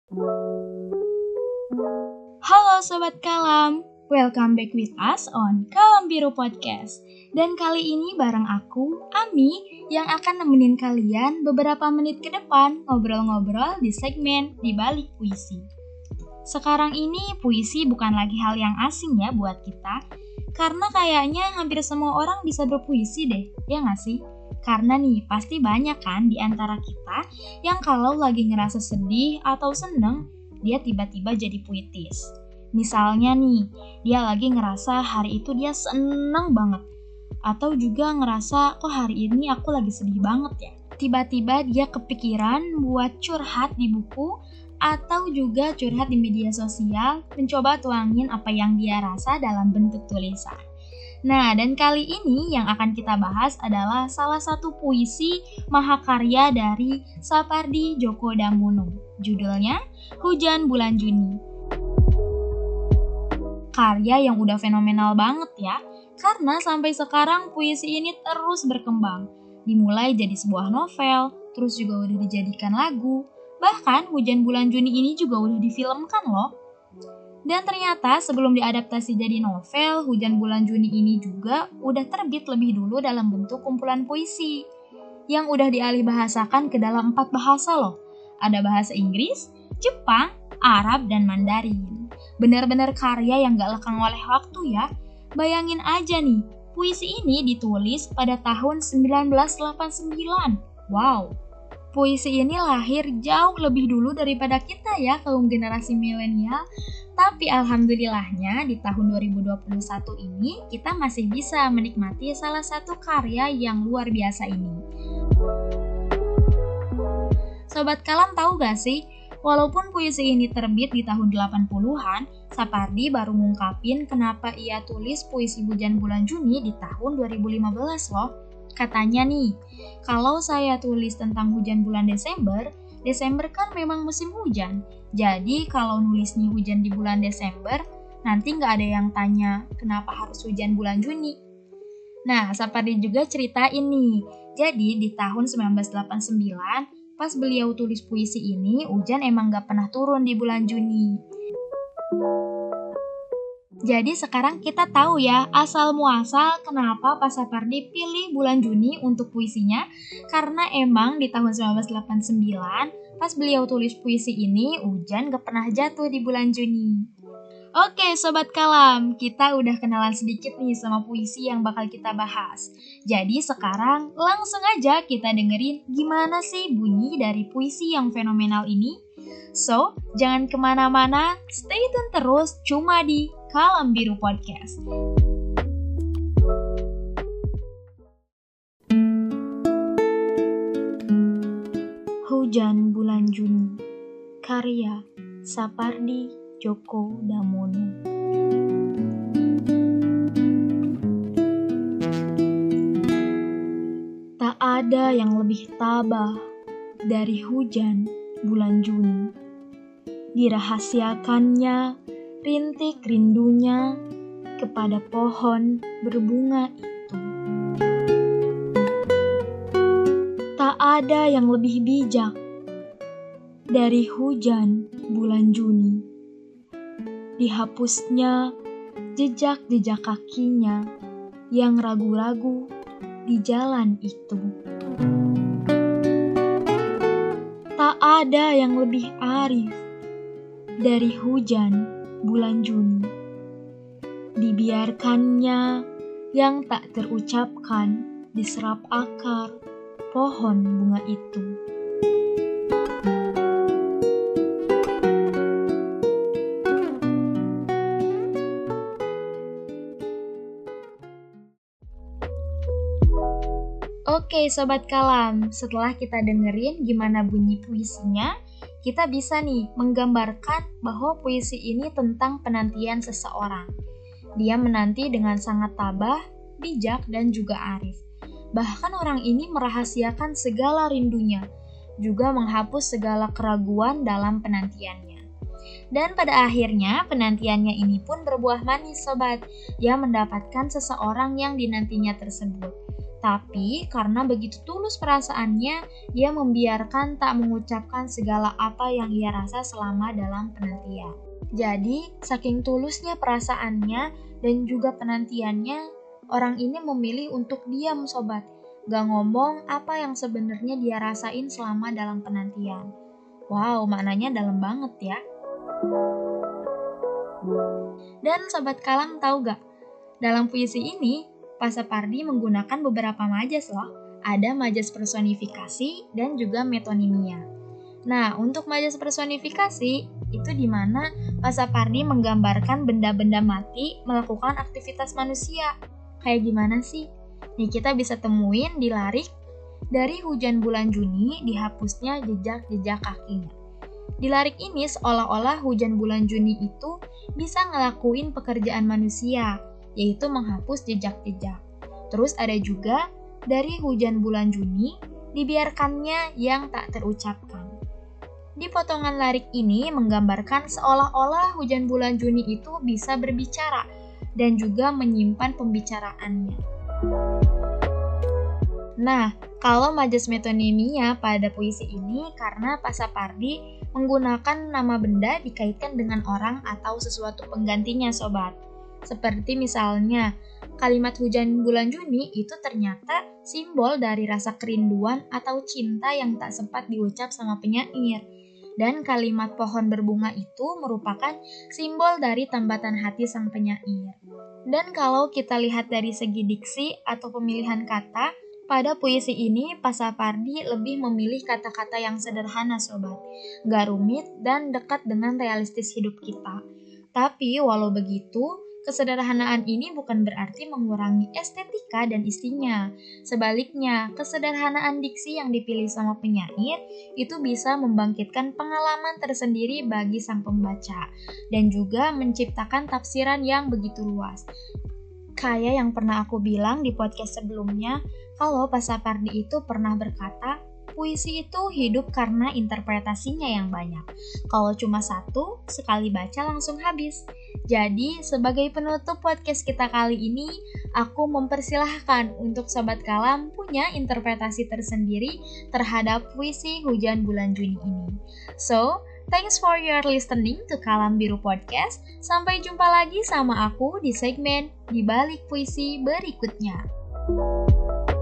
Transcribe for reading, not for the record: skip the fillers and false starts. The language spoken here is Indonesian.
Halo Sobat Kalam, welcome back with us on Kalam Biru Podcast. Dan kali ini bareng aku, Ami, yang akan nemenin kalian beberapa menit ke depan ngobrol-ngobrol di segmen Di Balik Puisi. Sekarang ini puisi bukan lagi hal yang asing ya buat kita, karena kayaknya hampir semua orang bisa berpuisi deh, ya nggak sih? Karena nih, pasti banyak kan di antara kita yang kalau lagi ngerasa sedih atau seneng, dia tiba-tiba jadi puitis. Misalnya nih, dia lagi ngerasa hari itu dia seneng banget. Atau juga ngerasa, kok hari ini aku lagi sedih banget ya. Tiba-tiba dia kepikiran buat curhat di buku, atau juga curhat di media sosial, mencoba tuangin apa yang dia rasa dalam bentuk tulisan. Nah, dan kali ini yang akan kita bahas adalah salah satu puisi mahakarya dari Sapardi Djoko Damono. Judulnya Hujan Bulan Juni. Karya yang udah fenomenal banget ya, karena sampai sekarang puisi ini terus berkembang. Dimulai jadi sebuah novel, terus juga udah dijadikan lagu, bahkan Hujan Bulan Juni ini juga udah difilmkan loh. Dan ternyata sebelum diadaptasi jadi novel, Hujan Bulan Juni ini juga udah terbit lebih dulu dalam bentuk kumpulan puisi yang udah dialih bahasakan ke dalam 4 bahasa loh. Ada bahasa Inggris, Jepang, Arab, dan Mandarin. Benar-benar karya yang gak lekang oleh waktu ya. Bayangin aja nih, puisi ini ditulis pada tahun 1989. Wow! Puisi ini lahir jauh lebih dulu daripada kita ya, kaum generasi milenial. Tapi alhamdulillahnya di tahun 2021 ini kita masih bisa menikmati salah satu karya yang luar biasa ini. Sobat Kalam tahu gak sih, walaupun puisi ini terbit di tahun 80-an, Sapardi baru ngungkapin kenapa ia tulis puisi Hujan Bulan Juni di tahun 2015 loh. Katanya nih, kalau saya tulis tentang hujan bulan Desember kan memang musim hujan. Jadi kalau nulisnya hujan di bulan Desember, nanti nggak ada yang tanya kenapa harus hujan bulan Juni. Nah, Sapardi juga ceritain nih, jadi di tahun 1989, pas beliau tulis puisi ini, hujan emang nggak pernah turun di bulan Juni. Jadi sekarang kita tahu ya asal muasal kenapa Pak Sapardi pilih bulan Juni untuk puisinya, karena emang di tahun 1989 pas beliau tulis puisi ini hujan gak pernah jatuh di bulan Juni. Oke Sobat Kalam, kita udah kenalan sedikit nih sama puisi yang bakal kita bahas. Jadi sekarang langsung aja kita dengerin gimana sih bunyi dari puisi yang fenomenal ini. So, jangan kemana-mana, stay tune terus cuma di Kalam Biru Podcast. Hujan Bulan Juni, karya Sapardi Djoko Damono. Tak ada yang lebih tabah dari hujan bulan Juni. Dirahasiakannya rintik rindunya kepada pohon berbunga itu. Tak ada yang lebih bijak dari hujan bulan Juni. Dihapusnya jejak-jejak kakinya yang ragu-ragu di jalan itu. Tak ada yang lebih arif dari hujan bulan Juni. Dibiarkannya yang tak terucapkan diserap akar pohon bunga itu. Oke Sobat Kalam, setelah kita dengerin gimana bunyi puisinya, kita bisa nih menggambarkan bahwa puisi ini tentang penantian seseorang. Dia menanti dengan sangat tabah, bijak, dan juga arif. Bahkan orang ini merahasiakan segala rindunya, juga menghapus segala keraguan dalam penantiannya. Dan pada akhirnya penantiannya ini pun berbuah manis sobat. Dia mendapatkan seseorang yang dinantinya tersebut. Tapi karena begitu tulus perasaannya, ia membiarkan tak mengucapkan segala apa yang ia rasa selama dalam penantian. Jadi, saking tulusnya perasaannya dan juga penantiannya, orang ini memilih untuk diam sobat. Gak ngomong apa yang sebenarnya dia rasain selama dalam penantian. Wow, maknanya dalam banget ya. Dan sobat kalam tahu gak? Dalam puisi ini, Passapardi menggunakan beberapa majas loh. Ada majas personifikasi dan juga metonimia. Nah, untuk majas personifikasi, itu di mana Passapardi menggambarkan benda-benda mati melakukan aktivitas manusia. Kayak gimana sih? Nih kita bisa temuin di Larik, dari hujan bulan Juni dihapusnya jejak-jejak kakinya. Di Larik ini seolah-olah hujan bulan Juni itu bisa ngelakuin pekerjaan manusia, yaitu menghapus jejak-jejak. Terus ada juga dari hujan bulan Juni dibiarkannya yang tak terucapkan. Di potongan Larik ini menggambarkan seolah-olah hujan bulan Juni itu bisa berbicara dan juga menyimpan pembicaraannya. Nah, kalau majas metonimia pada puisi ini karena Passapardi menggunakan nama benda dikaitkan dengan orang atau sesuatu penggantinya sobat. Seperti misalnya, kalimat hujan bulan Juni itu ternyata simbol dari rasa kerinduan atau cinta yang tak sempat diucap sama penyair. Dan kalimat pohon berbunga itu merupakan simbol dari tambatan hati sang penyair. Dan kalau kita lihat dari segi diksi atau pemilihan kata, pada puisi ini Passapardi lebih memilih kata-kata yang sederhana sobat, gak rumit dan dekat dengan realistis hidup kita. Tapi walau begitu, kesederhanaan ini bukan berarti mengurangi estetika dan isinya. Sebaliknya, kesederhanaan diksi yang dipilih sama penyair itu bisa membangkitkan pengalaman tersendiri bagi sang pembaca dan juga menciptakan tafsiran yang begitu luas. Kayak yang pernah aku bilang di podcast sebelumnya, kalau Passapardi itu pernah berkata, puisi itu hidup karena interpretasinya yang banyak. Kalau cuma satu, sekali baca langsung habis. Jadi, sebagai penutup podcast kita kali ini, aku mempersilahkan untuk Sobat Kalam punya interpretasi tersendiri terhadap puisi Hujan Bulan Juni ini. So, thanks for your listening to Kalam Biru Podcast. Sampai jumpa lagi sama aku di segmen Di Balik Puisi berikutnya.